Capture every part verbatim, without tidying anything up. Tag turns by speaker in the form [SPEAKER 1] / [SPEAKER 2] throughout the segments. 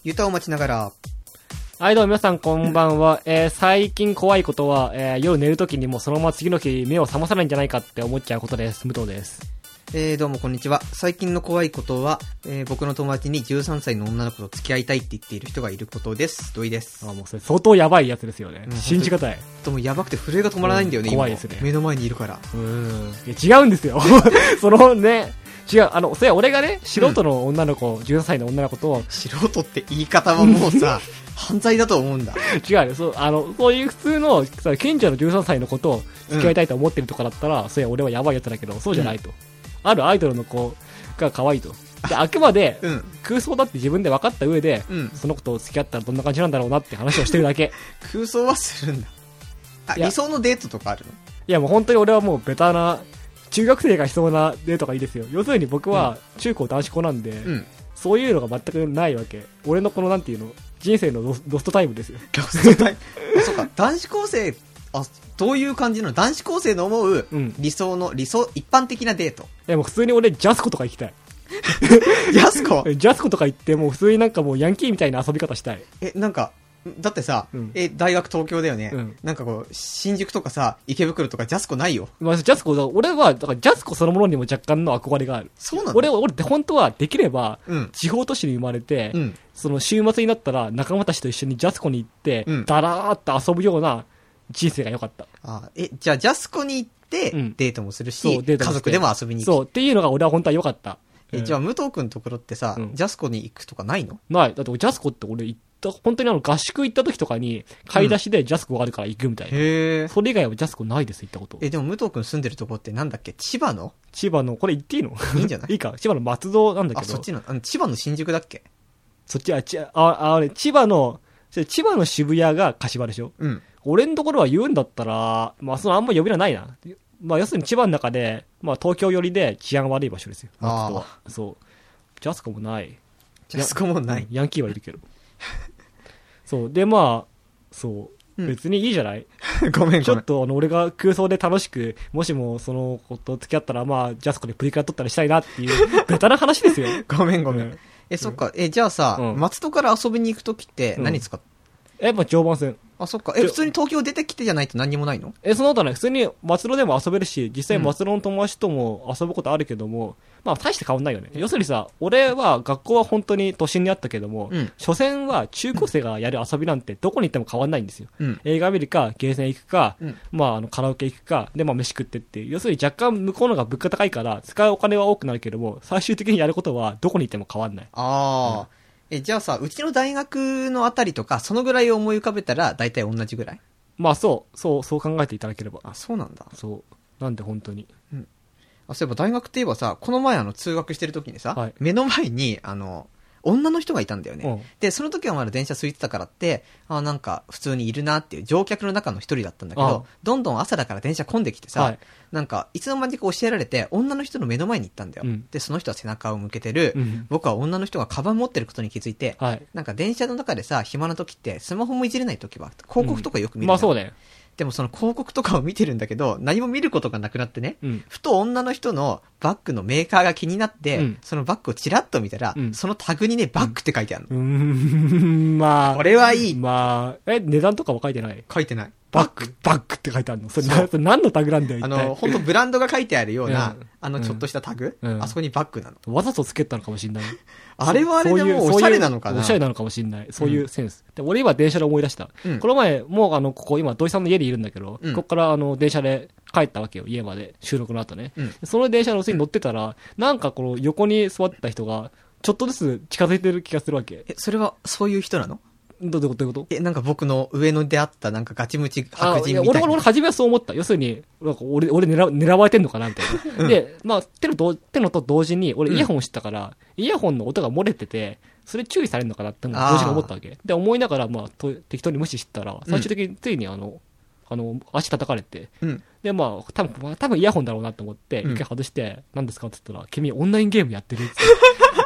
[SPEAKER 1] ユタを待ちながら。
[SPEAKER 2] はい、どうも皆さんこんばんは。えー、最近怖いことは、えー、夜寝るときにもそのまま次の日目を覚まさないんじゃないかって思っちゃうことです。武藤です。
[SPEAKER 1] えー、どうもこんにちは。最近の怖いことは、えー、僕の友達にじゅうさんさいの女の子と付き合いたいって言っている人がいることです。土井です。
[SPEAKER 2] あ、もうそれ相当やばいやつですよね。うん、信じがたい。
[SPEAKER 1] ともやばくて震えが止まらないんだよね、
[SPEAKER 2] うん、怖いですね。
[SPEAKER 1] 目の前にいるから。
[SPEAKER 2] うーん。いや違うんですよ。そのね、違う、あの、それは俺がね、素人の女の子、うん、じゅうさんさいの女の子と、
[SPEAKER 1] 素人って言い方はもうさ、犯罪だと思うんだ。
[SPEAKER 2] 違うね、そう、あの、そういう普通の、さ、近所のじゅうさんさいの子と付き合いたいと思ってるとかだったら、うん、それは俺はやばいやつだけど、そうじゃないと。うん、あるアイドルの子が可愛いと。で、あくまで、空想だって自分で分かった上で、うん、その子と付き合ったらどんな感じなんだろうなって話をしてるだけ。
[SPEAKER 1] 空想はするんだ。あ、理想のデートとかあるの？
[SPEAKER 2] いや、もう本当に俺はもうベタな、中学生がしそうなデートがいいですよ。要するに僕は中高男子校なんで、うん、そういうのが全くないわけ。俺のこのなんていうの、人生のロス、ロストタイムですよ。
[SPEAKER 1] ロストタイムあ、そうか、男子高生、あ、どういう感じなの？男子高生の思う理想の、うん、理想、一般的なデート。
[SPEAKER 2] いや、もう普通に俺ジャスコとか行きたい。
[SPEAKER 1] ジャスコ
[SPEAKER 2] ジャスコとか行ってもう普通になんかもうヤンキーみたいな遊び方したい。
[SPEAKER 1] え、なんか、だってさ、うん、え、大学東京だよね、うん。なんかこう、新宿とかさ、池袋とかジャスコないよ。
[SPEAKER 2] まあ、ジャスコだ、俺は、だからジャスコそのものにも若干の憧れがある。
[SPEAKER 1] そうなの？
[SPEAKER 2] 俺、俺って本当はできれば、うん、地方都市に生まれて、うん、その週末になったら仲間たちと一緒にジャスコに行って、うん、だらーっと遊ぶような人生が良かった。
[SPEAKER 1] あ、え、じゃあジャスコに行って、デートもするし、うん、家族でも遊びに行く。
[SPEAKER 2] そう、っていうのが俺は本当は良かった。
[SPEAKER 1] え、うん、じゃあ武藤くんのところってさ、うん、ジャスコに行くとかないの？
[SPEAKER 2] ない。だってジャスコって俺行った、本当にあの合宿行った時とかに買い出しでジャスコがあるから行くみたいな。うん、へー。それ以外はジャスコないです、行ったこと。
[SPEAKER 1] え、でも武藤くん住んでるとこってなんだっけ？千葉の？
[SPEAKER 2] 千葉の、これ言っていいの？
[SPEAKER 1] いいんじゃない？
[SPEAKER 2] いいか。千葉の松戸なんだけど。
[SPEAKER 1] あ、そっちの、あの千葉の新宿だっけ？
[SPEAKER 2] そっち、あ、ち、あ、あれ、千葉の、千葉の渋谷が柏でしょ？うん。俺のところは言うんだったら、まあそのあんま呼び名ないな。まあ要するに千葉の中で、まあ東京寄りで治安悪い場所ですよ。松戸は。そう。ジャスコもない。
[SPEAKER 1] ジャスコもない。
[SPEAKER 2] ヤンキーはいるけど。そう。で、まあ、そう。うん、別にいいじゃない？
[SPEAKER 1] ごめんごめん。
[SPEAKER 2] ちょっと、あの、俺が空想で楽しく、もしもその子と付き合ったら、まあ、ジャスコでプリクラ撮ったりしたいなっていう、ベタな話ですよ。
[SPEAKER 1] ごめんごめん。うん、え、そっか。え、じゃあさ、うん、松戸から遊びに行くときって何使っ、
[SPEAKER 2] うん、え、まあ、常磐線。
[SPEAKER 1] あ、そっか。え、普通に東京出てきてじゃないと何にもないの？
[SPEAKER 2] え、その後はね、普通に松戸でも遊べるし、実際松戸の友達とも遊ぶことあるけども、うん、まあ、大して変わんないよね。要するにさ、俺は学校は本当に都心にあったけども、うん、所詮は中高生がやる遊びなんてどこに行っても変わんないんですよ。うん、映画見るか、ゲーセン行くか、うん、まあ、あの、カラオケ行くか、で、まあ、飯食ってっていう。要するに若干向こうのが物価高いから、使うお金は多くなるけども、最終的にやることはどこに行っても変わんない。
[SPEAKER 1] ああ。うん、え、じゃあさ、うちの大学のあたりとか、そのぐらい思い浮かべたら、大体同じぐらい？
[SPEAKER 2] まあそう、そう、そう考えていただければ。
[SPEAKER 1] あ、そうなんだ。
[SPEAKER 2] そう。なんで本当に。うん。
[SPEAKER 1] あ、そういえば大学って言えばさ、この前あの通学してる時にさ、はい、目の前に、あの、女の人がいたんだよね。うん、で、その時はまだ電車空いてたからって、あ、なんか普通にいるなっていう乗客の中の一人だったんだけど、どんどん朝だから電車混んできてさ、はい、なんかいつの間にか教えられて、女の人の目の前に行ったんだよ。うん、で、その人は背中を向けてる、うん、僕は女の人がカバン持ってることに気づいて、はい、なんか電車の中でさ、暇な時ってスマホもいじれない時は、広告とかよく見る、うん。まあそうね。でもその広告とかを見てるんだけど、何も見ることがなくなってね、うん、ふと女の人のバッグのメーカーが気になって、うん、そのバッグをチラッと見たら、うん、そのタグにね、バッグって書いてあるの。うん、うーん、まあ。これはいい。
[SPEAKER 2] まあ、え、値段とかは書いてない？
[SPEAKER 1] 書いてない。
[SPEAKER 2] バッグ、バッグって書いてあるの？それ、それ何のタグなんだよ、一体。
[SPEAKER 1] あの、本当ブランドが書いてあるような、うん、あの、ちょっとしたタグ、うん、あそこにバッグなの。
[SPEAKER 2] わざとつけたのかもしれない。
[SPEAKER 1] あれはあれでもおしゃれなのかな？
[SPEAKER 2] おしゃれなのかもしれない。そういうセンス。うん、で、俺今電車で思い出した。うん、この前、もうあの、ここ今、土井さんの家にいるんだけど、うん、ここからあの、電車で帰ったわけよ、家まで。収録の後ね。うん、その電車の上に乗ってたら、なんかこの横に座ってた人が、ちょっとずつ近づいてる気がするわけ。
[SPEAKER 1] え、それはそういう人なの？
[SPEAKER 2] どういうことどういうこと？
[SPEAKER 1] え、なんか僕の上の出会ったなんかガチムチ白人みたいな。
[SPEAKER 2] 俺、俺、俺、初めはそう思った。要するに、なんか俺、俺狙、狙われてんのかなみたいな。うん、で、まあ、手のと、手のと同時に、俺イヤホンしてたから、うん、イヤホンの音が漏れてて、それ注意されるのかなって同時に思ったわけ。で、思いながら、まあ、と適当に無視してたら、最終的についにあの、あの、足叩かれて、うん、で、まあ、多分、多分イヤホンだろうなと思って、一回外して、何ですかって言ったら、君オンラインゲームやってるって。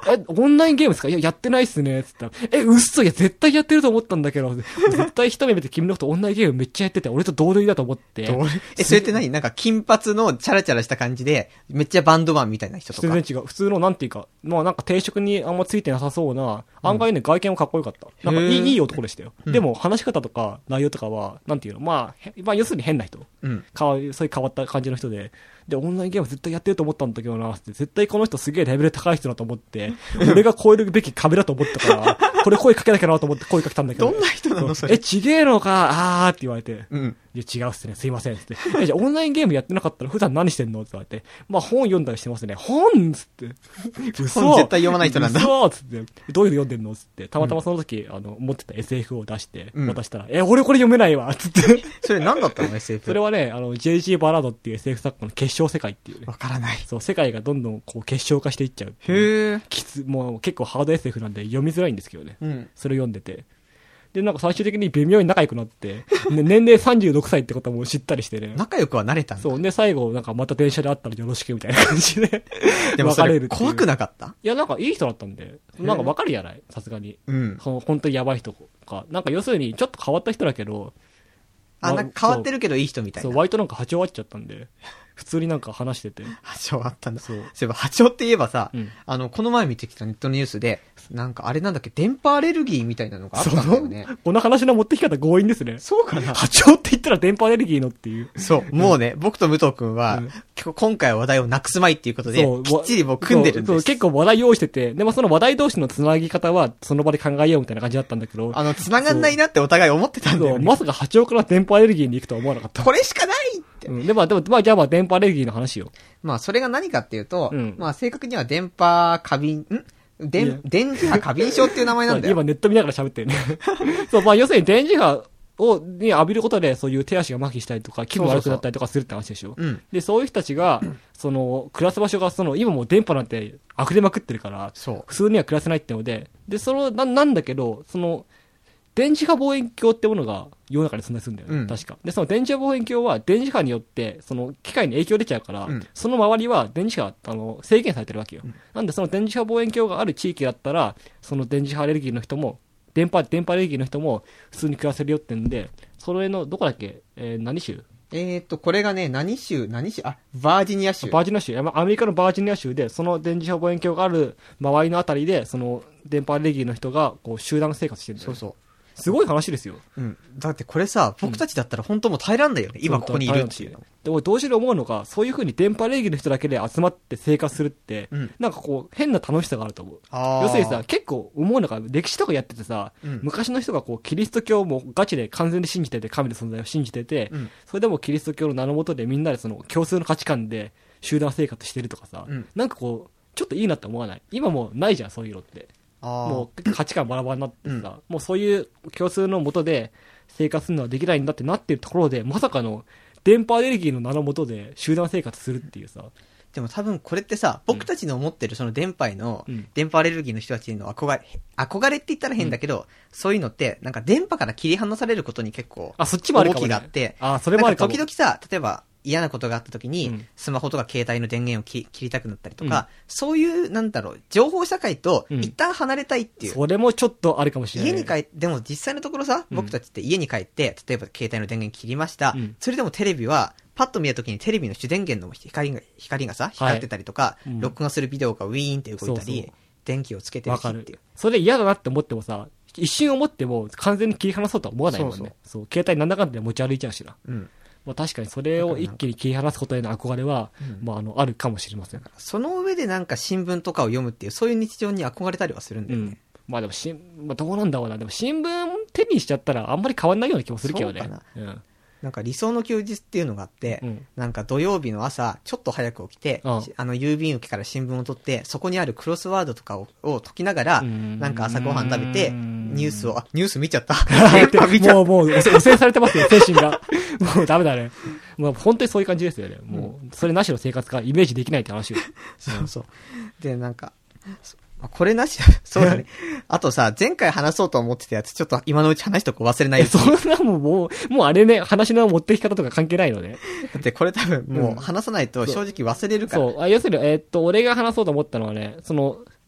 [SPEAKER 2] え、オンラインゲームですか？いや、やってないっすね。つったら、え、うっそ、いや、絶対やってると思ったんだけど、絶対一目見て君のことオンラインゲームめっちゃやってて、俺と同類だと思って。
[SPEAKER 1] え、それって何？なんか金髪のチャラチャラした感じで、めっちゃバンドマンみたいな人とか。
[SPEAKER 2] 全然違う。普通のなんていうか、まあなんか定職にあんまついてなさそうな、案外ね、外見もかっこよかった。なんかいい、いい男でしたよ。でも話し方とか内容とかは、なんていうの、まあ、まあ要するに変な人。うん。かわい、そういう変わった感じの人で、で、オンラインゲーム絶対やってると思ったんだけどな、って絶対この人すげえレベル高い人だと思って、俺が超えるべき壁だと思ったから、これ声かけなきゃなと思って声かけたんだけど。
[SPEAKER 1] どんな人なのそれ。
[SPEAKER 2] え、ちげえのか、あーって言われて。うん。いや、違うっすね、すいません、って。え、じゃあオンラインゲームやってなかったら普段何してんのって言われて。まあ本読んだりしてますね。本つって。
[SPEAKER 1] 嘘本絶対読まない人なんだ。
[SPEAKER 2] 嘘つって。どういうの読んでんのつって。たまたまその時、うん、あの、持ってた エスエフ を出して、渡したら、うん、え、俺これ読めないわつって。
[SPEAKER 1] それ何だったの エスエフ？
[SPEAKER 2] それはね、あの、ジェイジー バラードっていう エスエフ 作家の結晶世界っていうね。
[SPEAKER 1] わからない。
[SPEAKER 2] そう、世界がどんどんこう結晶化していっちゃう。
[SPEAKER 1] へえ。
[SPEAKER 2] きつ、もう結構ハード エスエフ なんで読みづらいんですけどね。うん。それ読んでて。で、なんか最終的に微妙に仲良くなって、ね、年齢さんじゅうろくさいってことも知ったりしてね。
[SPEAKER 1] 仲良くはなれたんだ。
[SPEAKER 2] そう。で、最後、なんかまた電車で会ったらよろしくみたいな感じで。
[SPEAKER 1] でもそれ怖くなかった？
[SPEAKER 2] いや、なんかいい人だったんで、なんかわかるじゃないさすがに。うん。その本当にやばい人か。なんか要するにちょっと変わった人だけど、
[SPEAKER 1] あ、なんか変わってるけどいい人みたいな。
[SPEAKER 2] そう、割となんか波長あっちゃったんで。普通になんか話してて。
[SPEAKER 1] 波長あったんだ。そう。そういえば波長って言えばさ、うん、あの、この前見てきたネットニュースで、なんかあれなんだっけ、電波アレルギーみたいなのがあったんだよね。
[SPEAKER 2] この話の持ってき方強引ですね。
[SPEAKER 1] そうかな。
[SPEAKER 2] 波長って言ったら電波アレルギーのっていう。
[SPEAKER 1] そう。もうね、僕と武藤くんは、うん、今回は話題をなくすまいっていうことで、きっちりもう組んでるんです。そう、
[SPEAKER 2] そう結構話題用意してて、でもその話題同士の繋ぎ方は、その場で考えようみたいな感じだったんだけど。
[SPEAKER 1] あの、繋がんないなってお互い思ってたんだよね。
[SPEAKER 2] そう、まさか波長から電波アレルギーに行くとは思わなかった。
[SPEAKER 1] これしかないって。
[SPEAKER 2] うん。で、まあ、でも、まあ、じゃあまあ、電波アレルギーの話よ。
[SPEAKER 1] まあ、それが何かっていうと、うん、まあ、正確には電波過敏、ん電、電磁波過敏症っていう名前なんだよ。
[SPEAKER 2] 今ネット見ながら喋ってるね。そう、まあ、要するに電磁波を、に浴びることで、そういう手足が麻痺したりとか、気分悪くなったりとかするって話でしょ。そうそうそう。で、そういう人たちが、その、暮らす場所が、その、今もう電波なんて溢れまくってるから、そう普通には暮らせないってので、で、その、な、なんだけど、その、電磁波望遠鏡ってものが世の中に存在するんだよね、うん、確か。で、その電磁波望遠鏡は電磁波によって、その機械に影響出ちゃうから、うん、その周りは電磁波、あの、制限されてるわけよ。うん、なんでその電磁波望遠鏡がある地域だったら、その電磁波アレルギーの人も、電波、電波アレルギーの人も普通に暮らせるよってんで、それの、どこだっけ、えー、何州
[SPEAKER 1] えーっと、これがね、何州、何州、あ、バージニア州。
[SPEAKER 2] バージニア州。アメリカのバージニア州で、その電磁波望遠鏡がある周りのあたりで、その電波アレルギーの人が、こう、集団生活してるんだよね。そうそう。すごい話ですよ。
[SPEAKER 1] うん。だってこれさ、僕たちだったら本当もう耐えらんないよね。うん、今ここにいるっていうの。
[SPEAKER 2] でも同時に思うのが、そういう風に電波アレルギーの人だけで集まって生活するって、うん、なんかこう、変な楽しさがあると思う。要するにさ、結構思うのが、歴史とかやっててさ、うん、昔の人がこう、キリスト教もガチで完全に信じてて、神の存在を信じてて、うん、それでもキリスト教の名の下でみんなでその共通の価値観で集団生活してるとかさ、うん、なんかこう、ちょっといいなって思わない？今もうないじゃん、そういうのって。もう価値観バラバラになってさ、うん、もうそういう共通のもとで生活するのはできないんだってなってるところで、まさかの電波アレルギーの名のもとで集団生活するっていうさ。
[SPEAKER 1] でも多分これってさ、僕たちの思ってるその電波への、うん、電波アレルギーの人たちの憧れ、憧れって言ったら変だけど、うん、そういうのって、なんか電波から切り離されることに結構、
[SPEAKER 2] あ、そっちもあるかも、ね、
[SPEAKER 1] 動きがあって、
[SPEAKER 2] あ、それもあるかも。
[SPEAKER 1] 時々さ、例えば、嫌なことがあった時に、うん、スマホとか携帯の電源を切りたくなったりとか、うん、そういう、なんだろう、情報社会と一旦離れたいっていう。
[SPEAKER 2] うん、それもちょっとあるかもしれない。
[SPEAKER 1] 家に帰って、でも実際のところさ、僕たちって家に帰って、例えば携帯の電源切りました。うん、それでもテレビは、パッと見た時にテレビの主電源の光が、光がさ、光ってたりとか、はい、録画するビデオがウィーンって動いたり、そうそう電気をつけてるしっていう。
[SPEAKER 2] それ嫌だなって思ってもさ、一瞬思っても完全に切り離そうとは思わないもんね。そうそうそう、携帯なんだかんだで持ち歩いちゃうしな。うん。まあ、確かにそれを一気に切り離すことへの憧れは、うん、まあ、あの、あるかもしれません。
[SPEAKER 1] その上でなんか新聞とかを読むっていう、そういう日常に憧れたりはするんだよね。うん、
[SPEAKER 2] まあでもしん、まあ、どうなんだろうな。でも新聞手にしちゃったらあんまり変わんないような気もするけどね。そうかな。うん、
[SPEAKER 1] なんか理想の休日っていうのがあって、うん、なんか土曜日の朝、ちょっと早く起きて、うん、あの郵便受けから新聞を取って、そこにあるクロスワードとかをを解きながら、なんか朝ごはん食べて、ニュースを、あ、ニュース見ちゃった。
[SPEAKER 2] 見ちゃったもう、もう、汚染されてますよ、精神が。もうダメだね。もう本当にそういう感じですよね。もう、それなしの生活がイメージできないって話を。
[SPEAKER 1] そうそう。で、なんか、これなし、そうだね。あとさ、前回話そうと思ってたやつ、ちょっと今のうち話しとこ忘れないよう
[SPEAKER 2] に。そんなもんもう、もうあれね、話の持ってき方とか関係ないのね。
[SPEAKER 1] だってこれ多分もう話さないと正直忘れるから。
[SPEAKER 2] うん、そう。そう。あ、要するに、えー、っと、俺が話そうと思ったのはね、その、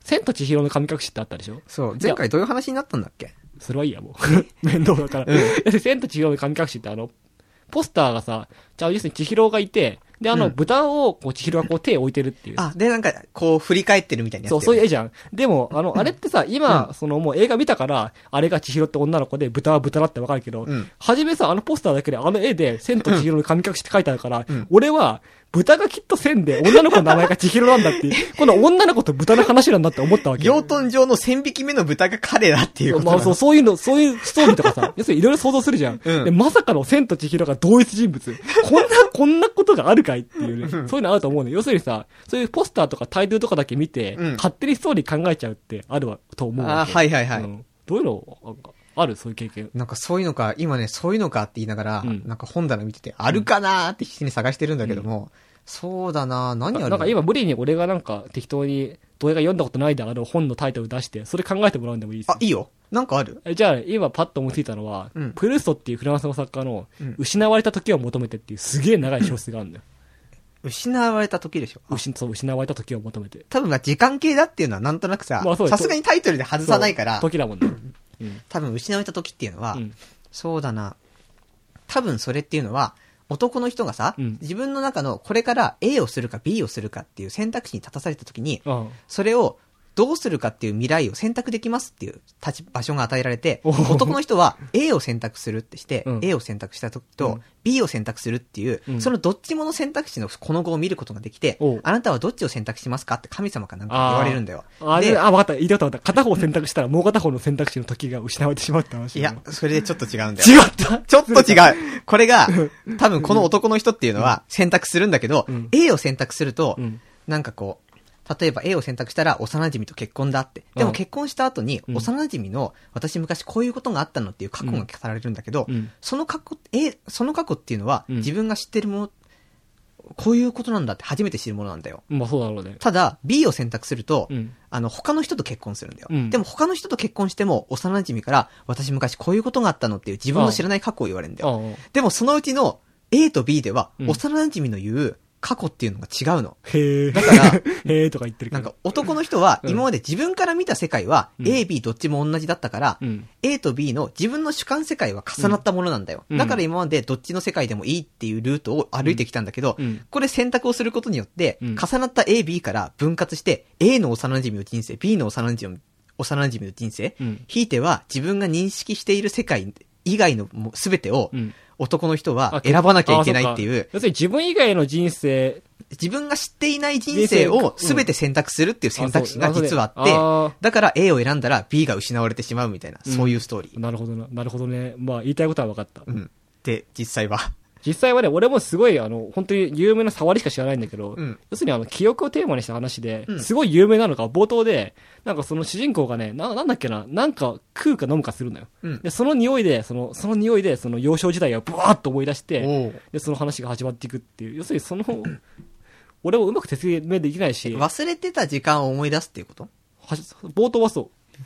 [SPEAKER 2] 千と千尋の神隠しってあったでしょ。
[SPEAKER 1] そう。前回どういう話になったんだっけ。
[SPEAKER 2] それはいいや、もう。面倒だから。うん、千と千尋の神隠しってあの、ポスターがさ、じゃあ要するに千尋がいて、で、あの、うん、豚を、こう、千尋がこう手を置いてるっていう。
[SPEAKER 1] あ、で、なんか、こう、振り返ってるみたいなやつ、ね。
[SPEAKER 2] そう、そういう絵じゃん。でも、あの、あれってさ、今、うん、その、もう映画見たから、あれが千尋って女の子で、豚は豚だってわかるけど、うん、初めさ、あのポスターだけで、あの絵で、千と千尋の神隠しって書いてあるから、うん、俺は、豚がきっと千で、女の子の名前が千尋なんだっていう、この女の子と豚の話なんだって思ったわけ。
[SPEAKER 1] 養豚場の千匹目の豚が彼だっていうこと
[SPEAKER 2] まあそう、そういうの、そういうストーリーとかさ、要するにいろいろ想像するじゃん。うん、で、まさかの千と千尋が同一人物。こんな、こんなことがあるかいっていうね。うん、そういうのあると思うね。要するにさ、そういうポスターとかタイトルとかだけ見て、うん、勝手にストーリー考えちゃうってあるわ、と思うわけ。
[SPEAKER 1] あ、はいはいはい。うん、
[SPEAKER 2] どういうの、なんか、あるそういう経験。
[SPEAKER 1] なんかそういうのか、今ね、そういうのかって言いながら、うん、なんか本棚見てて、あるかなーって必死に探してるんだけども、うん、そうだな何ある
[SPEAKER 2] なんか今無理に俺がなんか適当に、どれが読んだことないである本のタイトル出して、それ考えてもらうんでもいいですよ。
[SPEAKER 1] あ、いいよ。なんかある？
[SPEAKER 2] え、じゃあ今パッと思いついたのは、うん、プルーストっていうフランスの作家の、うん、失われた時を求めてっていうすげえ長い小説があるんだよ。
[SPEAKER 1] 失われた時でしょ。
[SPEAKER 2] 失、そう、失われた時を求めて。
[SPEAKER 1] 多分まあ時間系だっていうのはなんとなくさ、さすがにタイトルで外さないから。
[SPEAKER 2] 時だもんね。
[SPEAKER 1] うん、多分失われた時っていうのは、うん、そうだな。多分それっていうのは、男の人がさ、うん、自分の中のこれから A をするか B をするかっていう選択肢に立たされた時に、うん、それをどうするかっていう未来を選択できますっていう立ち場所が与えられて、男の人は A を選択するってして、うん、A を選択した時と、うん、B を選択するっていう、うん、そのどっちもの選択肢のこの後を見ることができて、あなたはどっちを選択しますかって神様かなんか言われるんだよ。
[SPEAKER 2] あで、あ、わかった。言いたかった。片方選択したらもう片方の選択肢の時が失われてしまうって話。
[SPEAKER 1] いや、それでちょっと違うんだ
[SPEAKER 2] よ。違った
[SPEAKER 1] ちょっと違う。これが、多分この男の人っていうのは選択するんだけど、うん、A を選択すると、うん、なんかこう、例えば A を選択したら幼馴染と結婚だって。でも結婚した後に幼馴染の私昔こういうことがあったのっていう過去が語られるんだけど、うん、その過去、A、その過去っていうのは自分が知ってるもの、こういうことなんだって初めて知るものなんだよ。
[SPEAKER 2] まあそうだろうね。
[SPEAKER 1] ただ B を選択すると、うん、あの他の人と結婚するんだよ、うん。でも他の人と結婚しても幼馴染から私昔こういうことがあったのっていう自分の知らない過去を言われるんだよ。でもそのうちの A と B では幼馴染の言う過去っていうのが違うの。
[SPEAKER 2] へー。
[SPEAKER 1] だから、へ
[SPEAKER 2] ーとか言ってるけど。
[SPEAKER 1] なんか男の人は今まで自分から見た世界は A、B どっちも同じだったから、うん、A と B の自分の主観世界は重なったものなんだよ、うん。だから今までどっちの世界でもいいっていうルートを歩いてきたんだけど、うん、これ選択をすることによって、うん、重なった A、B から分割して A の幼馴染の人生、B の幼馴染の幼馴染の人生、うん、ひいては自分が認識している世界以外の全てを、うん男の人は選ばなきゃいけないっていう。
[SPEAKER 2] 要するに自分以外の人生。
[SPEAKER 1] 自分が知っていない人生を全て選択するっていう選択肢が実はあって、だから A を選んだら B が失われてしまうみたいな、そういうストーリー。
[SPEAKER 2] なるほどな。なるほどね。まあ言いたいことは分かった。
[SPEAKER 1] うん。で、実際は。
[SPEAKER 2] 実際はね、俺もすごい、あの、本当に有名な触りしか知らないんだけど、うん、要するにあの、記憶をテーマにした話で、うん、すごい有名なのが冒頭で、なんかその主人公がね、な、なんだっけな、なんか食うか飲むかするのよ。うん、で、その匂いで、その、その匂いで、その幼少時代をブワーッと思い出して、で、その話が始まっていくっていう、要するにその、俺もうまく説明できないし。
[SPEAKER 1] 忘れてた時間を思い出すっていうこと？
[SPEAKER 2] は冒頭はそう。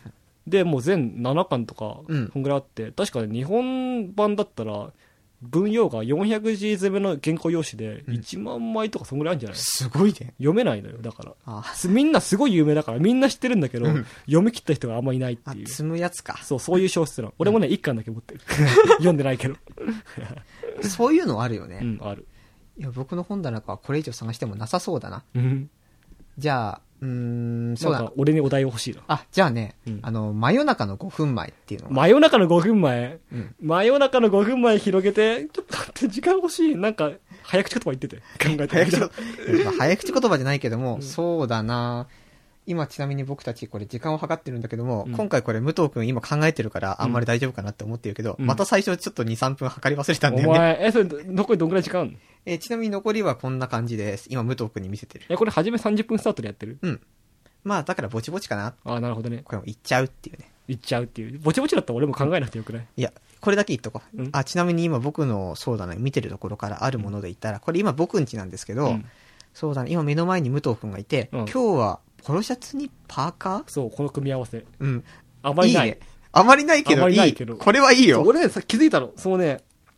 [SPEAKER 2] で、もう全ななかんとか、こんぐらいあって、確かね、日本版だったら、文用がよんひゃくじ詰めの原稿用紙でいちまんまいとかそんぐらいあるんじゃない、うん、
[SPEAKER 1] すごいね。
[SPEAKER 2] 読めないのよ、だから。ああみんなすごい有名だからみんな知ってるんだけど、うん、読み切った人があんまいないっていう。
[SPEAKER 1] 積むやつか。
[SPEAKER 2] そう、そういう小説なの。俺もね、いっかんだけ持ってる。読んでないけど。
[SPEAKER 1] そういうのあるよね。
[SPEAKER 2] うん、ある。
[SPEAKER 1] いや、僕の本棚はこれ以上探してもなさそうだな。
[SPEAKER 2] うん。
[SPEAKER 1] じゃあ、うーん、そうだ。
[SPEAKER 2] なんか俺にお題欲しいな。
[SPEAKER 1] あ、じゃあね、うん、あの、真夜中のごふんまえっていうの
[SPEAKER 2] 真夜中のごふんまえ、うん、真夜中のごふんまえ広げて、ちょっと待って、時間欲しい。なんか、早口言葉言ってて。考えて
[SPEAKER 1] 早口言葉。早口言葉じゃないけども、うん、そうだな今ちなみに僕たちこれ時間を計ってるんだけども、うん、今回これ武藤くん今考えてるからあんまり大丈夫かなって思ってるけど、うん、また最初ちょっとに、さんぷん計り忘れたんだよね。
[SPEAKER 2] お前、え、それ、残りどんくらい時間あるの？
[SPEAKER 1] え、ちなみに残りはこんな感じです。今武藤くんに見せてる。
[SPEAKER 2] え、これ初めさんじゅっぷんスタートでやってる？
[SPEAKER 1] うん。まあだからぼちぼちかな。
[SPEAKER 2] ああ、なるほどね。
[SPEAKER 1] これもいっちゃうっていうね。
[SPEAKER 2] いっちゃうっていう。ぼちぼちだったら俺も考えなくてよくない？
[SPEAKER 1] いや、これだけ言っとこう。あ、ちなみに今僕の、そうだね、見てるところからあるもので言ったら、これ今僕ん家なんですけど、うん、そうだね、今目の前に武藤くんがいて、うん、今日はポロシャツにパーカー？
[SPEAKER 2] そう、この組み合わせ。
[SPEAKER 1] うん。
[SPEAKER 2] あまりない。いい
[SPEAKER 1] ね。あまりないけど、いい。あまりないけど。これはいいよ。
[SPEAKER 2] 俺ね、さ、気づいたの。そうね、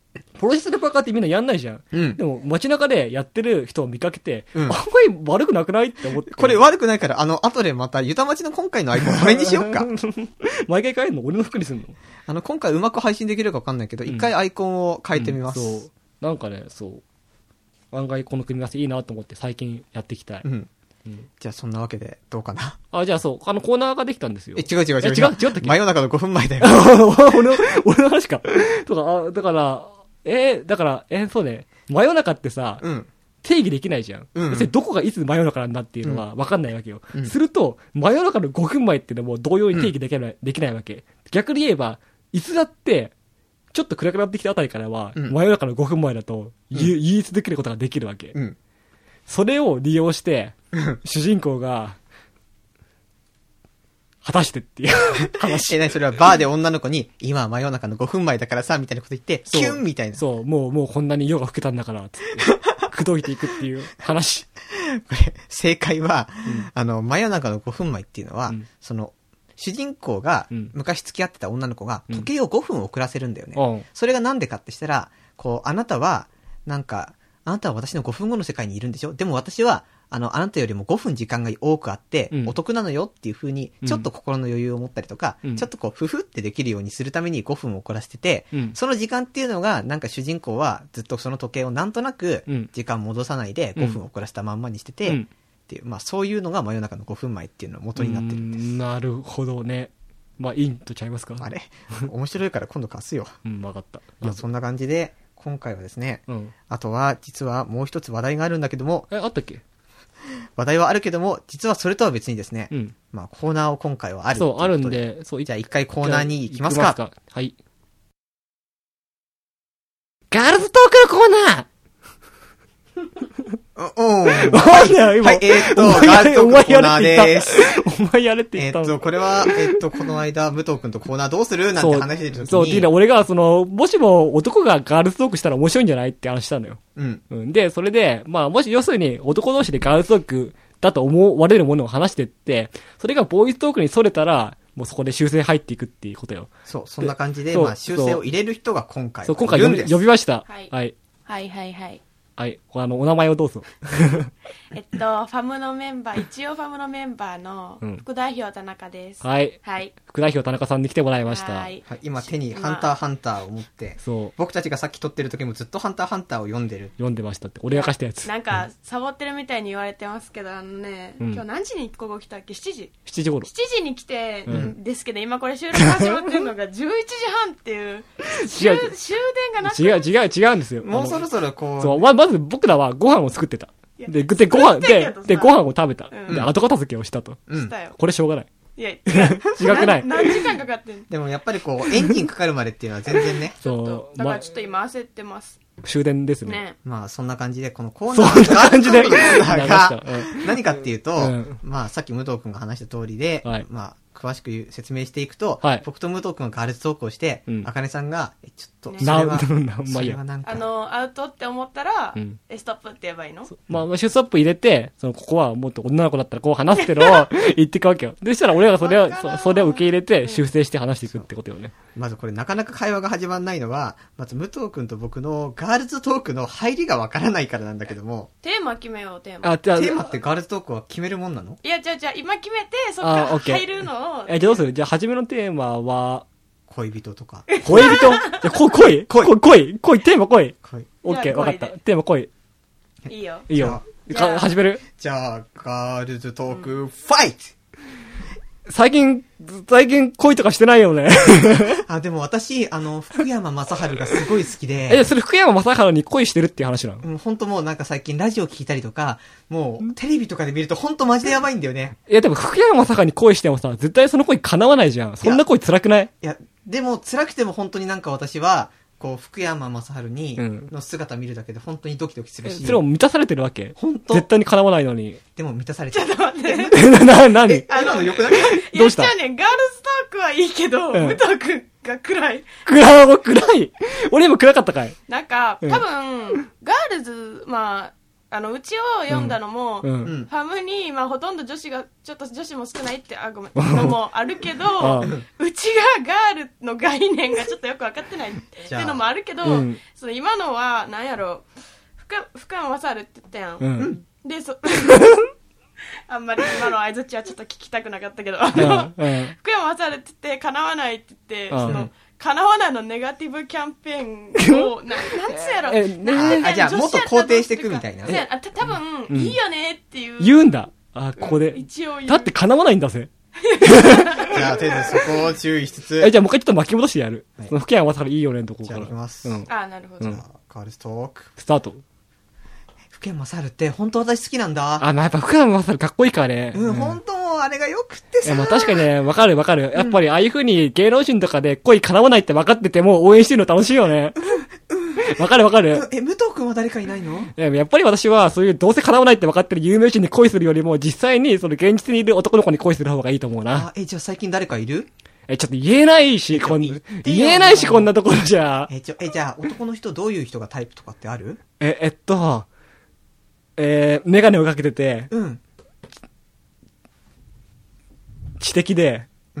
[SPEAKER 2] プロセスレパーカーってみんなやんないじゃん。
[SPEAKER 1] うん。
[SPEAKER 2] でも街中でやってる人を見かけて、うん、案外悪くなくないって思って。
[SPEAKER 1] これ悪くないから、あの、後でまた、ゆたまちの今回のアイコンこれにしよっか。
[SPEAKER 2] 毎回変えるの俺の服にすんの？
[SPEAKER 1] あの、今回うまく配信できるか分かんないけど、一、うん、回アイコンを変えてみます、
[SPEAKER 2] うん。そう。なんかね、そう。案外この組み合わせいいなと思って最近やっていきたい。うん。
[SPEAKER 1] うん、じゃあそんなわけでどうかな。
[SPEAKER 2] あ、じゃあそう、あのコーナーができたんですよ。
[SPEAKER 1] え、違う違う違う。違う、
[SPEAKER 2] 違ったっけ？
[SPEAKER 1] 真夜中のごふんまえだよ。
[SPEAKER 2] 俺の、俺の話か。とか、あ、だから、えー、だから、えー、そうね、真夜中ってさ、うん、定義できないじゃん。うん、別にどこがいつ真夜中なんだっていうのは分かんないわけよ。うん、すると、真夜中のごふんまえっていうのも同様に定義できない、うん、できないわけ。逆に言えば、いつだって、ちょっと暗くなってきたあたりからは、うん、真夜中のごふんまえだと言い、うん、言い続けることができるわけ。うん、それを利用して、主人公が、果たしてっていう話。
[SPEAKER 1] え、なにそれはバーで女の子に、今は真夜中のごふんまえだからさ、みたいなこと言って、キュンみたいな。
[SPEAKER 2] そう、もう、もうこんなに夜が更けたんだから、つって、口説いていくっていう話。こ
[SPEAKER 1] れ、正解は、うん、あの、真夜中のごふんまえっていうのは、うん、その、主人公が、昔付き合ってた女の子が、時計をごふん遅らせるんだよね。うん、それがなんでかってしたら、こう、あなたは、なんか、あなたは私のごふんごの世界にいるんでしょ？でも私は、あの、あなたよりもごふん時間が多くあって、うん、お得なのよっていう風に、ちょっと心の余裕を持ったりとか、うん、ちょっとこう、ふふってできるようにするためにごふん遅らせてて、うん、その時間っていうのが、なんか主人公はずっとその時計をなんとなく、時間戻さないでごふん遅らせたまんまにしてて、うん、っていう、まあそういうのが真夜中のごふんまえっていうのの元になってるんです。
[SPEAKER 2] なるほどね。まあ、いいんとちゃいますか？
[SPEAKER 1] あれ面白いから今度貸すよ。
[SPEAKER 2] うん、わかった。
[SPEAKER 1] まあそんな感じで、今回はですね、うん、あとは実はもう一つ話題があるんだけども、
[SPEAKER 2] え、あったっけ？
[SPEAKER 1] 話題はあるけども、実はそれとは別にですね、うん、まあコーナーを今回はある
[SPEAKER 2] そう、あるんで、そう、
[SPEAKER 1] じゃあ一回コーナーに行きますか。行きますか。
[SPEAKER 2] はい。ガールズトークのコーナー
[SPEAKER 1] うん。はい、えーっと、ガールズトークのコーナーです。
[SPEAKER 2] お前やれって言った。
[SPEAKER 1] えーっと、これは、えーっと、この間、武藤くんとコーナーどうするなんて話してる時に。
[SPEAKER 2] そう、そう、で、俺が、その、もしも男がガールズトークしたら面白いんじゃないって話したのよ。うん。うん。で、それで、まあ、もし、要するに男同士でガールズトークだと思われるものを話してって、それがボーイズトークに逸れたら、もうそこで修正入っていくっていうことよ。
[SPEAKER 1] そう、そんな感じで、まあ、修正を入れる人が今回。
[SPEAKER 2] そう、今回呼び、呼びました。
[SPEAKER 3] はい。
[SPEAKER 2] はい。
[SPEAKER 3] はいはいはい。
[SPEAKER 2] はい。あの、お名前をどうぞ。
[SPEAKER 3] えっと、ファムのメンバー、一応ファムのメンバーの副代表田中です。
[SPEAKER 2] うん、はい。はい。副代表田中さんに来てもらいました。
[SPEAKER 1] はい。はい、今手にハンターハンターを持って、そう。僕たちがさっき撮ってる時もずっとハンターハンターを読んでる。
[SPEAKER 2] 読んでましたって。俺が貸したやつ。
[SPEAKER 3] なんか、サボってるみたいに言われてますけど、あのね、うん、今日何時にここ来たっけ ?しち 時 ?
[SPEAKER 2] しち 時頃。
[SPEAKER 3] しちじに来て、うん、ですけど、今これ収録始まってるのがじゅういちじはんっていう、終電がなくて。
[SPEAKER 2] 違う違う違うんですよ。
[SPEAKER 1] もうそろそろこう。
[SPEAKER 2] そう、ま、まず僕らはご飯を作ってた。で、で、ご飯、で、で、ご飯を食べた。うん、で、後片付けをしたと。
[SPEAKER 3] うん。したよ。
[SPEAKER 2] これしょうがない。
[SPEAKER 3] いや、違
[SPEAKER 2] くない。
[SPEAKER 3] 何時間かかってんの？
[SPEAKER 1] でもやっぱりこう、エンジンかかるまでっていうのは全然ね。
[SPEAKER 3] そう。だからちょっと今焦ってます。
[SPEAKER 2] 終電ですね。
[SPEAKER 3] ね。
[SPEAKER 1] まあそんな感じで、このコーナー
[SPEAKER 2] そんな感じで。
[SPEAKER 1] が、何かっていうと、まあさっき武藤くんが話した通りで、まあ、詳しく説明していくと、はい、僕と武藤くんがガールズトークをして、あかねさんが、え、ちょっと、それは、
[SPEAKER 3] それはなんか。あの、アウトって思ったら、うん、え、ストップって言えばいいの？
[SPEAKER 2] まあ、ストップ入れて、その、ここはもっと女の子だったらこう話してるのを言っていくわけよ。でしたら俺がそれを、そ, それを受け入れて修正して話していくってことよね。
[SPEAKER 1] まずこれなかなか会話が始まんないのは、まず武藤くんと僕のガールズトークの入りがわからないからなんだけども。
[SPEAKER 3] テーマ決めよう、テーマ。
[SPEAKER 1] あ、テーマってガールズトークは決めるもんなの？
[SPEAKER 3] いや、じゃあじゃあ今決めて、そっから入るのを。
[SPEAKER 2] え、じゃあどうする？じゃあ初めのテーマは、
[SPEAKER 1] 恋人とか。
[SPEAKER 2] 恋人？じゃ、こ、恋？恋？恋？恋？テーマ恋？恋。オッケー、わかった。テーマ恋。
[SPEAKER 3] いいよ。
[SPEAKER 2] いいよ。か、始める？
[SPEAKER 1] じゃあ、ガールズトーク、ファイト！
[SPEAKER 2] 最近、最近恋とかしてないよね。
[SPEAKER 1] あ、でも私、あの、福山雅治がすごい好きで。
[SPEAKER 2] え、それ福山雅治に恋してるっていう話なの？
[SPEAKER 1] うん、ほんともうなんか最近ラジオ聞いたりとか、もうテレビとかで見るとほんとマジでやばいんだよね。
[SPEAKER 2] いやでも福山雅治に恋してもさ、絶対その恋叶わないじゃん。そんな恋辛くない？
[SPEAKER 1] いや、でも辛くても本当になんか私は、こう、福山雅治に、の姿見るだけで本当にドキドキするし。
[SPEAKER 2] それを満たされてるわけ？本当？絶対に叶わないのに。
[SPEAKER 1] でも満たされてる。
[SPEAKER 3] ちょっと待って。
[SPEAKER 2] な、なに？
[SPEAKER 1] あの、よくない？
[SPEAKER 2] どうした？
[SPEAKER 3] いや、じゃあね、ガールズトークはいいけど、武藤くんが暗い。
[SPEAKER 2] 暗い、暗い。俺今暗かったかい？
[SPEAKER 3] なんか、多分、ガールズ、まあ、 あのうちを読んだのも、
[SPEAKER 2] うんうん、
[SPEAKER 3] ファムに、まあ、ほとんど女子がちょっと女子も少ないってあごめんのもあるけどうちがガールの概念がちょっとよく分かってないっていうのもあるけど、うん、その今のは何やろ深山雅治って言ったやん、うん、でそあんまり今の相づちはちょっと聞きたくなかったけど、うん、福山雅治って言って叶わないって言って、うん、その叶わないのネガティブキャンペーンをななんつうやろえ
[SPEAKER 1] あじゃあもっと肯定していくみたいな
[SPEAKER 3] あた多分、うん、いいよねっていう
[SPEAKER 2] 言うんだあここで、うん、一応言うだって叶わないんだぜ
[SPEAKER 1] じゃあとりあえずそこを注意しつつ
[SPEAKER 2] えじゃあもう一回ちょっと巻き戻してやる、はい、その福山雅治いいよねのところから
[SPEAKER 1] じゃあいきます、
[SPEAKER 3] うん、あなるほど、
[SPEAKER 1] じゃあカールストーク
[SPEAKER 2] スタート
[SPEAKER 1] 福山雅治って本当私好きなんだ。
[SPEAKER 2] あ、まあ、やっぱ福山雅治かっこいいからね。
[SPEAKER 1] うん、うん、本当もうあれがよくってさ。
[SPEAKER 2] まあ確かにね、わかるわかる。やっぱりああいう風に芸能人とかで恋叶わないって分かってても応援してるの楽しいよね。わかるわかる。
[SPEAKER 1] え、武藤くんは誰かいないの？
[SPEAKER 2] やっぱり私はそういうどうせ叶わないって分かってる有名人に恋するよりも実際にその現実にいる男の子に恋する方がいいと思うな。
[SPEAKER 1] あ、え、じゃあ最近誰かいる？
[SPEAKER 2] え、ちょっと言えないし、こん、言えないしこんなところじゃ。
[SPEAKER 1] え、ちょ、え、じゃあ男の人どういう人がタイプとかってある？
[SPEAKER 2] え、えっと、えー、メガネをかけてて、
[SPEAKER 1] うん。
[SPEAKER 2] 知的で、
[SPEAKER 1] うん。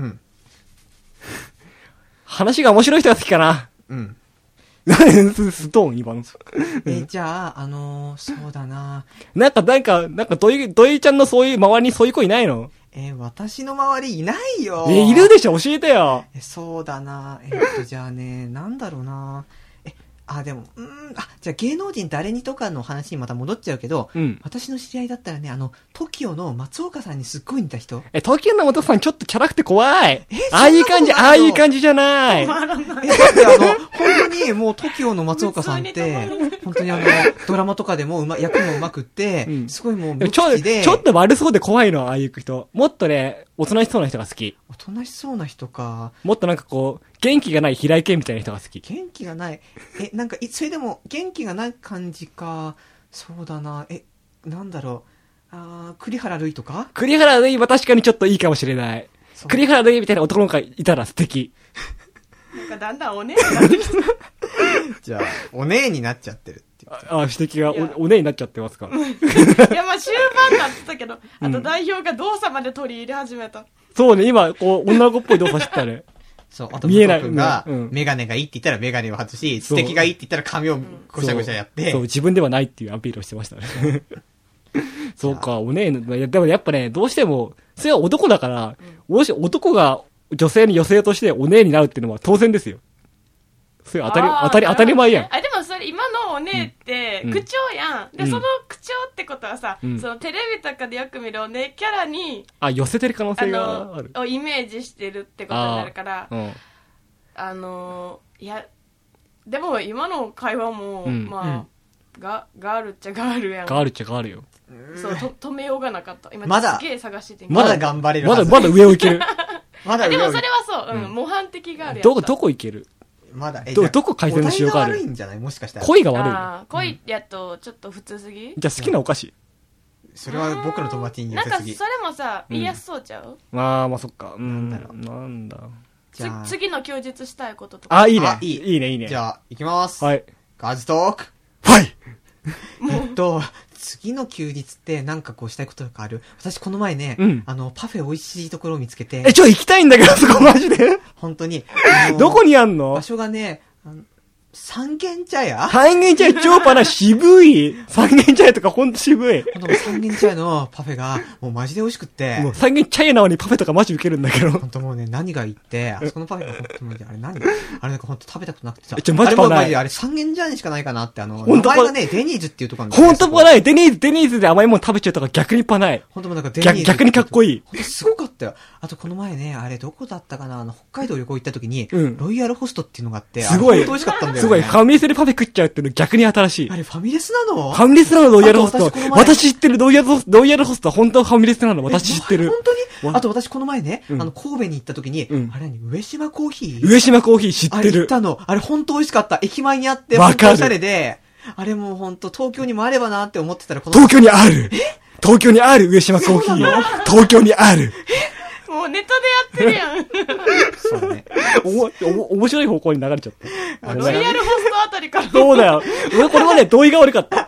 [SPEAKER 2] 話が面白い人が好きかな。
[SPEAKER 1] うん。
[SPEAKER 2] ストーン今の。
[SPEAKER 1] え、じゃあ、あのー、そうだな。
[SPEAKER 2] なんか、なんか、なんか、どい、どいちゃんのそういう、周りにそういう子いないの？
[SPEAKER 1] えー、私の周りいないよ。
[SPEAKER 2] え、いるでしょ？教えてよ。
[SPEAKER 1] え、そうだな。えっと、じゃあね、なんだろうな。え、あ、でも、うーん、あ、じゃあ芸能人誰にとかの話にまた戻っちゃうけど、うん、私の知り合いだったらね、あの、トキオの松岡さんにすっごい似た人。
[SPEAKER 2] え、トキオの松岡さんちょっとチャラくて怖い。え、ああいう感じ、ああいう感じじゃない。え、だってあ
[SPEAKER 1] の、本当にもうトキオの松岡さんって、本当にあの、ドラマとかでもうま、役もうまくって、うん、すごいもう無口で。
[SPEAKER 2] ちょ、ちょっと悪そうで怖いの、ああいう人。もっとね、おとなしそうな人が好き。
[SPEAKER 1] おとなしそうな人か。
[SPEAKER 2] もっとなんかこう、元気がない平井堅みたいな人が好き。
[SPEAKER 1] 元気がない。え、なんか、それでも、元気がない感じか。そうだな。え、なんだろう。あー、栗原類とか？
[SPEAKER 2] 栗原類は確かにちょっといいかもしれない。栗原類みたいな男の子がいたら素敵。
[SPEAKER 3] なんかだんだんお姉になってきた。
[SPEAKER 1] じゃあ、お姉になっちゃってるっていう。
[SPEAKER 2] ああ、指摘がお、お姉になっちゃってますか。い
[SPEAKER 3] や、まあ終盤になってたけど、あと代表が動作まで取り入れ始めた。うん、
[SPEAKER 2] そうね、今、こう、女の子っぽい動作してたね。
[SPEAKER 1] そう、あと、見えない。君が、メガネがいいって言ったらメガネを外し、素敵がいいって言ったら髪をごしゃごしゃやって。
[SPEAKER 2] そう、そう自分ではないっていうアピールをしてましたね。そうか、お姉の、でもやっぱね、どうしても、それは男だから、うん、もし男が女性に女性としてお姉になるっていうのは当然ですよ。それ当たり、当たり、当たり前やん。
[SPEAKER 3] あ、でもそれ今のお姉って、口調やん。うん、で、その口調ってことはさ、うん、そのテレビとかでよく見るお姉キャラに、
[SPEAKER 2] あ、寄せてる可能性がある。
[SPEAKER 3] をイメージしてるってことになるから、あ、うん、あのー、いや、でも今の会話も、うん、まあ、うん、ガ、ガールっちゃガールやん。
[SPEAKER 2] ガールっちゃガールよ。
[SPEAKER 3] そう、と止めようがなかった。今、
[SPEAKER 1] まだ、
[SPEAKER 3] すげえ探してて
[SPEAKER 1] まだ頑張れる
[SPEAKER 2] はず。まだ、まだ上をいける。
[SPEAKER 1] まだ
[SPEAKER 3] 上をいける。でもそれはそう、うん、模範的ガールやった。
[SPEAKER 2] どこ、どこいける？
[SPEAKER 1] まだ、え、
[SPEAKER 2] ど、どこ改善のしようがある？
[SPEAKER 1] 恋が悪いんじゃない？もしかしたら。
[SPEAKER 2] 恋が悪い。
[SPEAKER 3] ああ、恋やと、ちょっと普通すぎ？
[SPEAKER 2] じゃあ好きなお菓子？
[SPEAKER 1] それは僕の友達に言ってすぎ。
[SPEAKER 3] なんか、それもさ、言いやすそうちゃう？
[SPEAKER 2] ああ、まあそっか。うん。なんだろう。なんだ。
[SPEAKER 3] じゃあ。次の休日したいこととか。
[SPEAKER 2] あ、いいね。いい。いいね、いいね。
[SPEAKER 1] じゃあ、行きます。
[SPEAKER 2] はい。
[SPEAKER 1] ガーズトーク。
[SPEAKER 2] はい。
[SPEAKER 1] えっと、次の休日ってなんかこうしたいこととかある？私この前ね、うん、あの、パフェ美味しいところを見つけて。
[SPEAKER 2] え、ちょ、行きたいんだけど、そこマジで。
[SPEAKER 1] 本当に。
[SPEAKER 2] どこにあんの？
[SPEAKER 1] 場所がね、あの三軒茶屋
[SPEAKER 2] 三軒茶屋超パナ渋い。三軒茶屋とかほんと渋い。
[SPEAKER 1] ほんと三軒茶屋のパフェがもうマジで美味しくって。
[SPEAKER 2] もう三軒茶屋なのにパフェとかマジ受けるんだけど。
[SPEAKER 1] ほんともうね、何がいいって、あそこのパフェがほんともうあれ何あれなんかほんと食べたことなくてさ。
[SPEAKER 2] え、ちょ、マジパナイ。
[SPEAKER 1] あれ三軒茶屋にしかないかなって、あの、名前がね、デニーズっていうところなん
[SPEAKER 2] だよ。ほんとパナイ。デニーズ、デニーズで甘いもの食べちゃうとか逆にパナイ。
[SPEAKER 1] ほんともうなんかデニーズ。
[SPEAKER 2] 逆にかっこいい。
[SPEAKER 1] ほんとすごかったよ。あとこの前ね、あれどこだったかな、あの、北海道旅行行った時に、うん、ロイヤルホストっていうのがあって、
[SPEAKER 2] すごい。
[SPEAKER 1] ほんと美味しかったんだよね。
[SPEAKER 2] すごい。ファミレスでパフェ食っちゃうっていうの逆に新しい。
[SPEAKER 1] あれファミレスなの？
[SPEAKER 2] ファミレスなのロイヤルホスト。私知ってるロイヤルホスト、ロイヤルホストは本当はファミレスなの私知ってる。
[SPEAKER 1] 本当に？あと私この前ね、うん、あの、神戸に行った時に、うん、あれ何上島コーヒー？
[SPEAKER 2] 上島コーヒー知ってる。あれ
[SPEAKER 1] 行ったの。あれ本当美味しかった。駅前にあって、本当おしゃれで、あれもう本当東京にもあればなって思ってたらこの
[SPEAKER 2] 東京にある。東京にある上島コーヒー。東京にある。
[SPEAKER 3] もうネットでやってるやん。
[SPEAKER 1] そうね。
[SPEAKER 2] おも、おも、面白い方向に流れちゃった。
[SPEAKER 3] ロイヤルホストあたりから。
[SPEAKER 2] そうだよ。俺これはね、同意が悪かった。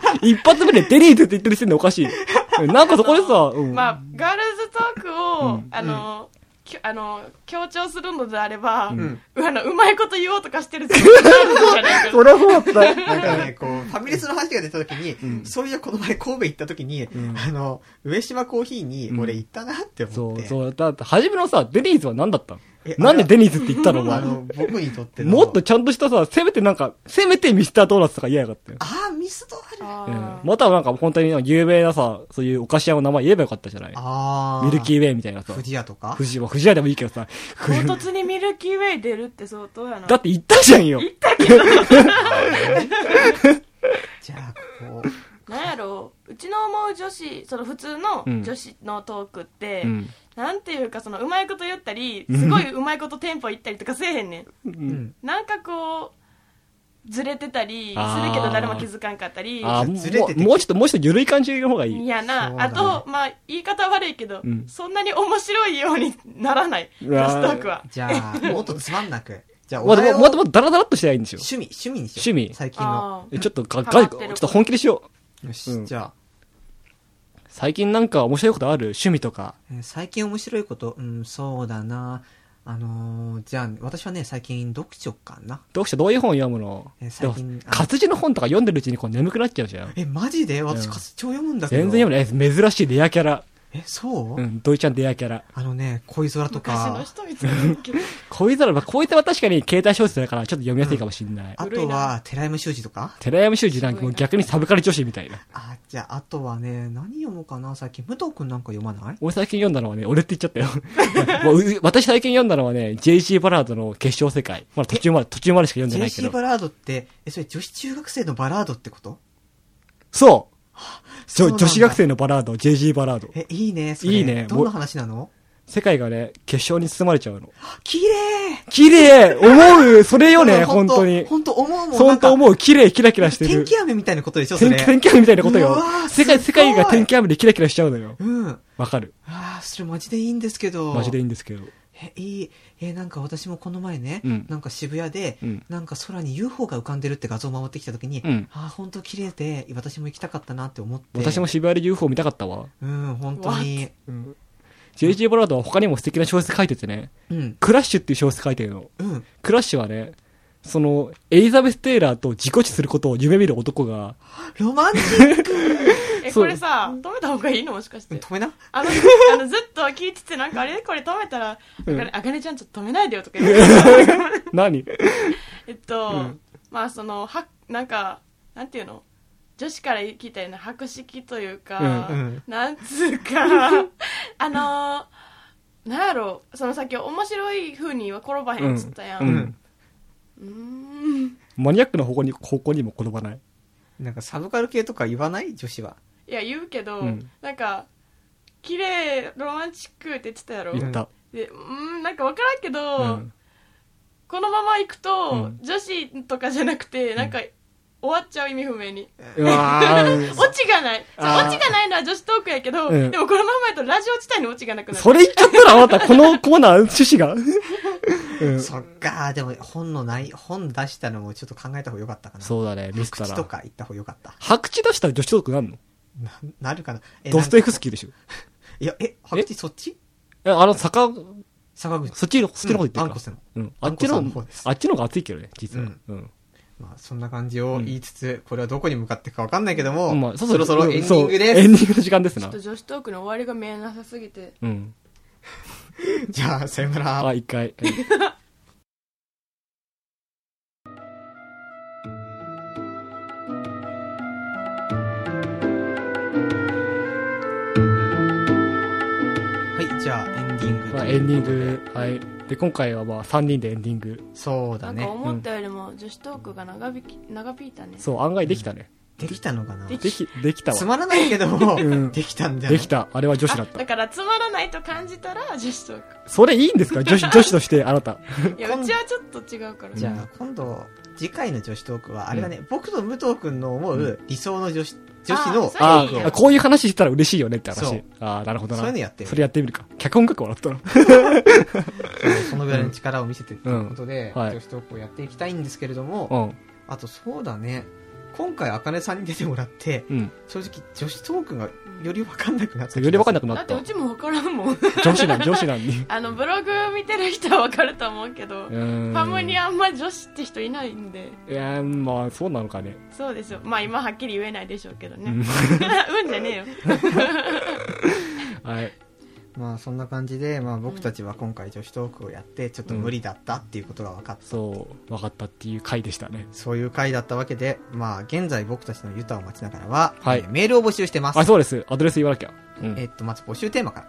[SPEAKER 2] 一発目でデリートって言ってる時点でおかしい。なんかそこでさ、
[SPEAKER 3] うん、まあ、ガールズトークを、うん、あの、うんあの、強調するのであれば、うん、あの、うまいこと言おうとかしてる
[SPEAKER 2] 自分があるんじゃないか。それはそうだった。
[SPEAKER 1] なんかね、こう、ファミレスの話が出た時に、うん、そういやこの前神戸行った時に、うん、あの、上島コーヒーに俺行ったなって思って。
[SPEAKER 2] うん、そう、そう、だって、初めのさ、デニーズは何だったの？なんでデニーズって言ったの？
[SPEAKER 1] あの、僕にとって
[SPEAKER 2] の。もっとちゃんとしたさ、せめてなんか、せめてミスタードーナツとか嫌やがったよ。
[SPEAKER 1] ああ、ミスドーナツ。
[SPEAKER 2] うん。またはなんか本当に有名なさ、そういうお菓子屋の名前言えばよかったじゃない？ああ。ミルキーウェイみたいなさ。
[SPEAKER 1] 富士屋とか？
[SPEAKER 2] 富士屋、富士屋でもいいけどさ。
[SPEAKER 3] 唐突にミルキーウェイ出るって相当やな。
[SPEAKER 2] だって言ったじゃんよ。
[SPEAKER 3] 言ったけど。
[SPEAKER 1] じゃあ、こ
[SPEAKER 3] う。なんやろう、うちの思う女子、その普通の女子のトークって、うん、なんていうか、そのうまいこと言ったり、すごいうまいことテンポ言ったりとかせえへんねん。うん、なんかこう、ずれてたりするけど誰も気づかんかったり。
[SPEAKER 2] あずれててもうちょっと、もうちょっと緩い感じの方がいい。
[SPEAKER 3] いやな、ね、あと、まあ、言い方悪いけど、うん、そんなに面白いようにならない、女子トークは。
[SPEAKER 1] じゃあ、もっとつまんなく。じゃあ、
[SPEAKER 2] もっともっともっとダラダラっとしてないんですよ。
[SPEAKER 1] 趣味、趣味にしよ
[SPEAKER 2] う。趣味。
[SPEAKER 1] 最近の。
[SPEAKER 2] ちょっとが、が、ちょっと本気でしよ
[SPEAKER 1] う。よし、うん、じゃあ。
[SPEAKER 2] 最近なんか面白いことある？趣味とか。
[SPEAKER 1] えー、最近面白いこと、うん、そうだな。あのー、じゃあ、私はね、最近読書かな。
[SPEAKER 2] 読書どういう本読むの？えー、最近。活字の本とか読んでるうちにこう眠くなっちゃうじゃん。
[SPEAKER 1] え、マジで？私活字超読むんだけど。
[SPEAKER 2] 全然読むね。珍しいレアキャラ。
[SPEAKER 1] え、そう？
[SPEAKER 2] うん、ドイちゃんレアキャラ。
[SPEAKER 1] あのね、恋空とか。
[SPEAKER 3] 昔の人みたいな。
[SPEAKER 2] 恋空、まあ、恋空は確かに携帯小説だからちょっと読みやすいかもしれない。うん、
[SPEAKER 1] あとは、寺山修司とか？
[SPEAKER 2] 寺山修司なんかもう逆にサブカル女子みたいな。
[SPEAKER 1] あ、じゃあ、あとはね、何読もうかな、最近。武藤くんなんか読まない？
[SPEAKER 2] 俺最近読んだのはね、俺って言っちゃったよ。もう私最近読んだのはね、ジェイジー バラードの決勝世界。まあ途中まで、途中までしか読んでないけど。
[SPEAKER 1] ジェイジー バラードって、え、それ女子中学生のバラードってこと？
[SPEAKER 2] そう女子学生のバラード、ジェイジー バラード。
[SPEAKER 1] え、いいね、それ。
[SPEAKER 2] いいね。
[SPEAKER 1] どんな話なの？
[SPEAKER 2] 世界がね、結晶に包まれちゃうの。
[SPEAKER 1] 綺麗
[SPEAKER 2] 綺麗思うそれよね、本当に。
[SPEAKER 1] 本当思うもん。
[SPEAKER 2] 本当思う綺麗キラキラしてる。
[SPEAKER 1] 天気雨みたいなことでしょ、それ。
[SPEAKER 2] 天気雨みたいなことよ。世界、世界が天気雨でキラキラしちゃうのよ。うん。わかる。
[SPEAKER 1] ああ、それマジでいいんですけど。
[SPEAKER 2] マジでいいんですけど。
[SPEAKER 1] え、いい。え、なんか私もこの前ね、うん、なんか渋谷で、うん、なんか空に ユーフォー が浮かんでるって画像を守ってきたときに、うん、ああ、本当綺麗で、私も行きたかったなって思って。
[SPEAKER 2] 私も渋谷で ユーフォー 見たかったわ。
[SPEAKER 1] うん、本当に。うん、
[SPEAKER 2] ジェイジー バラードは他にも素敵な小説書いててね、うん、クラッシュっていう小説書いてるの。うん、クラッシュはね、その、エリザベス・テイラーと自己死することを夢見る男が。
[SPEAKER 1] ロマンチック
[SPEAKER 3] え、これさ、止めた方がいいのもしかして。
[SPEAKER 1] 止めな
[SPEAKER 3] あの、あのずっと聞いてて、なんかあれこれ止めたら、うん、あかねちゃんちょっと止めないでよとか言う。
[SPEAKER 2] 何
[SPEAKER 3] えっと、うん、まあその、は、なんか、なんていうの女子から聞いたような博識というか、うんうん、なんつうか、あのー、なんやろう、そのさっき面白い風には転ばへんっつったやん。うんうん
[SPEAKER 2] うーんマニアックな方向に、方向にも転ばない。
[SPEAKER 1] なんかサブカル系とか言わない女子は。
[SPEAKER 3] いや、言うけど、うん、なんか、綺麗、ロマンチックって言ってたやろ。
[SPEAKER 2] 言った。
[SPEAKER 3] で、うーん、なんかわからんけど、うん、このまま行くと、うん、女子とかじゃなくて、なんか、終わっちゃう意味不明に。うわー。オチがない。オチがないのは女子トークやけど、うん、でもこのままやとラジオ自体にオチがなくなる。
[SPEAKER 2] それ言っちゃったらあなた、このコーナー趣旨が。
[SPEAKER 1] うん、そっか、でも本のない、本出したのもちょっと考えた方がよかったかな。
[SPEAKER 2] そうだね、ミスったら。
[SPEAKER 1] 白地とか言った方がよかった。
[SPEAKER 2] 白地出したら女子トークなんの？
[SPEAKER 1] な、なるかな。
[SPEAKER 2] ドストエフスキーでしょ。
[SPEAKER 1] いや、え、白地そっち？
[SPEAKER 2] え、あの、坂、
[SPEAKER 1] 坂口。
[SPEAKER 2] そっちの、そっちの方行ってるか。
[SPEAKER 1] アンコスの。
[SPEAKER 2] うん。あっちの、あっちの方が熱いけどね、実は。うん。うん
[SPEAKER 1] まあ、そんな感じを言いつつ、うん、これはどこに向かっていくか分かんないけども、
[SPEAKER 2] まあ、
[SPEAKER 1] そ, そろそろエンディングです。
[SPEAKER 2] エンディングの時間ですな。
[SPEAKER 3] ちょっと女子トークの終わりが見えなさすぎて。
[SPEAKER 2] うん。
[SPEAKER 1] じゃあ、さよなら。
[SPEAKER 2] あ、一回。
[SPEAKER 1] はい、じゃあ、エンディング。
[SPEAKER 2] まあ、エンディング、はい。で、今回はまあさんにんでエンディング。
[SPEAKER 1] そうだね。
[SPEAKER 3] なんか思ったよりも女子トークが長引き、長引いたね。
[SPEAKER 2] そう、案外できたね。
[SPEAKER 1] できたのかな
[SPEAKER 2] でき、できたわ。
[SPEAKER 1] つまらないけども、うん、できたんだよ。
[SPEAKER 2] できた。あれは女子だった。
[SPEAKER 3] だからつまらないと感じたら女子トーク。
[SPEAKER 2] それいいんですか女子、女子としてあなた。
[SPEAKER 3] いや、うちはちょっと違うから。
[SPEAKER 1] じゃあ、今度、次回の女子トークは、あれだね、うん、僕と武藤くんの思う理想の女子、女子の、
[SPEAKER 2] ああ、こういう話したら嬉しいよねって話。ああ、なるほどな。
[SPEAKER 1] そういうのやって
[SPEAKER 2] る。それやってみるか。脚本書く笑ったら。
[SPEAKER 1] そのぐらいの力を見せてということで、うんはい、女子トークをやっていきたいんですけれども、うん、あとそうだね、 今回、あかねさんに出てもらって、うん、正直、女子トークがより分かんなくなった。
[SPEAKER 2] より分かんなくなった。
[SPEAKER 3] だってうちも分からんもん。
[SPEAKER 2] 女子なん、女子なんに。
[SPEAKER 3] あの、ブログ見てる人は分かると思うけど、ファムにあんま女子って人いないんで。
[SPEAKER 2] いやまあ、そうなのかね。
[SPEAKER 3] そうですよ。まあ、今はっきり言えないでしょうけどね。うんじゃねえよ。
[SPEAKER 2] はい。
[SPEAKER 1] まあそんな感じで、まあ、僕たちは今回女子トークをやってちょっと無理だったっていうことが分かった、
[SPEAKER 2] うん、そう分かったっていう回でしたね。
[SPEAKER 1] そういう回だったわけで、まあ現在僕たちのユタを待ちながらは、はい、えー、メールを募集してます。
[SPEAKER 2] あ、そうです。アドレス言わなきゃ、
[SPEAKER 1] うん、えー、っとまず募集テーマから。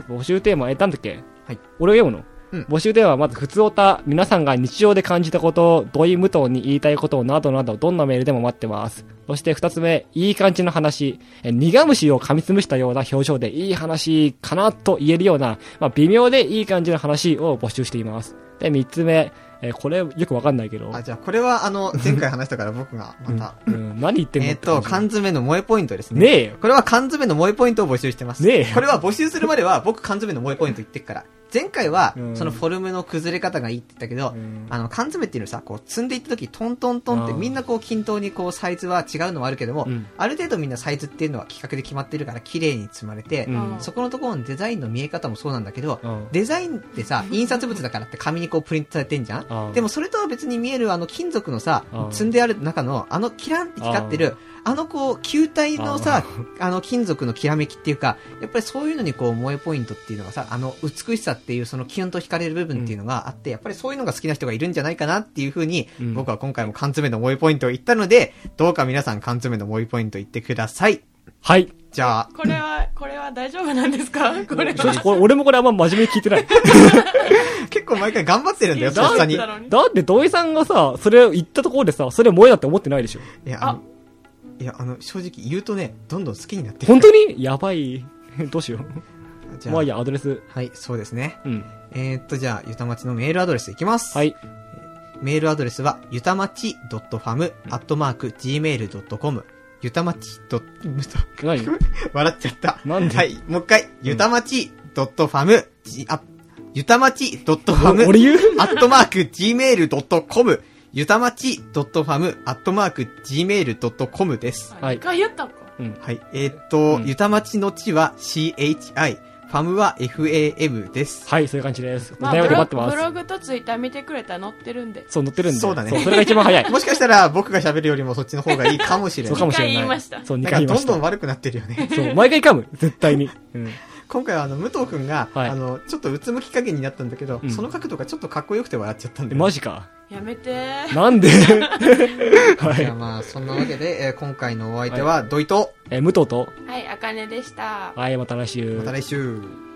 [SPEAKER 2] 募集テーマえなんだっけ、
[SPEAKER 1] はい、
[SPEAKER 2] 俺が読むの。うん、募集ではまず普通おた、皆さんが日常で感じたことを、土井無糖に言いたいことをなどなど、どんなメールでも待ってます。そして二つ目、いい感じの話、え苦虫を噛みつぶしたような表情でいい話かなと言えるような、まあ、微妙でいい感じの話を募集しています。で、三つ目、えー、これよくわかんないけど。
[SPEAKER 1] あ、じゃあこれはあの、前回話したから僕がまた。
[SPEAKER 2] うん、うん、何言ってんの
[SPEAKER 1] えっと、缶詰の萌えポイントですね。
[SPEAKER 2] ねえよ。
[SPEAKER 1] これは缶詰の萌えポイントを募集してます。
[SPEAKER 2] ねえよ。
[SPEAKER 1] これは募集するまでは僕缶詰の萌えポイント言ってっから。前回は、そのフォルムの崩れ方がいいって言ったけど、うん、あの、缶詰っていうのさ、こう、積んでいった時、トントントンってみんなこう、均等にこう、サイズは違うのもあるけども、うん、ある程度みんなサイズっていうのは規格で決まってるから、綺麗に積まれて、うん、そこのところのデザインの見え方もそうなんだけど、うん、デザインってさ、印刷物だからって紙にこう、プリントされてんじゃん、うん、でもそれとは別に見えるあの、金属のさ、積んである中の、あの、キランって光ってる、あのこう、球体のさ、あの金属のきらめきっていうか、やっぱりそういうのにこう、萌えポイントっていうのがさ、あの美しさっていうそのキュンと惹かれる部分っていうのがあって、やっぱりそういうのが好きな人がいるんじゃないかなっていう風に、うん、僕は今回も缶詰の萌えポイントを言ったので、どうか皆さん缶詰の萌えポイント言ってください。
[SPEAKER 2] はい。
[SPEAKER 1] じゃあ。
[SPEAKER 3] これは、これは大丈夫なんですかこれ。
[SPEAKER 2] これ俺もこれあんま真面目に聞いてない。
[SPEAKER 1] 結構毎回頑張ってるんだよ、とっさに。
[SPEAKER 2] だって土井さんがさ、それを言ったところでさ、それ萌えだって思ってないでしょ。
[SPEAKER 1] いや、あのいや、あの、正直言うとね、どんどん好きになってる。
[SPEAKER 2] 本当にやばい。どうしよう。じゃあ、まあいいや、アドレス。
[SPEAKER 1] はい、そうですね。
[SPEAKER 2] うん。
[SPEAKER 1] えー、っと、じゃあ、ゆたまちのメールアドレスいきます。
[SPEAKER 2] はい。
[SPEAKER 1] メールアドレスは、ゆたまち .ファム アットマーク ジーメール ドットコム。ゆたまち。
[SPEAKER 2] 何
[SPEAKER 1] 笑っちゃった。
[SPEAKER 2] なんで？
[SPEAKER 1] はい、もう一回。ゆたまち .ファム、あ、ゆたまち .ファム、
[SPEAKER 2] 俺言う？
[SPEAKER 1] アットマーク ジーメール ドットコム。ゆたまち .ファム アットマーク ジーメール ドットコム です。
[SPEAKER 3] はい。一回言ったのか。
[SPEAKER 2] うん。
[SPEAKER 1] はい。えー、っと、うん、ゆたまちのちは シーエイチアイ、ファムは エフエーエム です。
[SPEAKER 2] はい、そういう感じです。
[SPEAKER 3] まあ、ブログ、ブログとツイッター見てくれたら載ってるんで。
[SPEAKER 2] そう、載ってるんで。
[SPEAKER 1] そうだね。
[SPEAKER 2] そう、それが一番早い。
[SPEAKER 1] もしかしたら僕が喋るよりもそっちの方がいいかもしれない。
[SPEAKER 2] そうかもしれない。
[SPEAKER 3] にかい言いました。
[SPEAKER 2] そう、にかい言いました。
[SPEAKER 1] どんどん悪くなってるよね。
[SPEAKER 2] そう、毎回噛む。絶対に。うん。
[SPEAKER 1] 今回はあの、武藤くんが、はい、あの、ちょっとうつむき加減になったんだけど、うん、その角度がちょっとかっこよくて笑っちゃったんだよ。
[SPEAKER 2] マジか。
[SPEAKER 3] やめてー。
[SPEAKER 2] なんで
[SPEAKER 1] はい。じゃあまあ、そんなわけで、えー、今回のお相手は、土井と、
[SPEAKER 2] えー、武藤と、
[SPEAKER 3] はい、あかねでした。
[SPEAKER 2] はい、また来週。
[SPEAKER 1] また来週。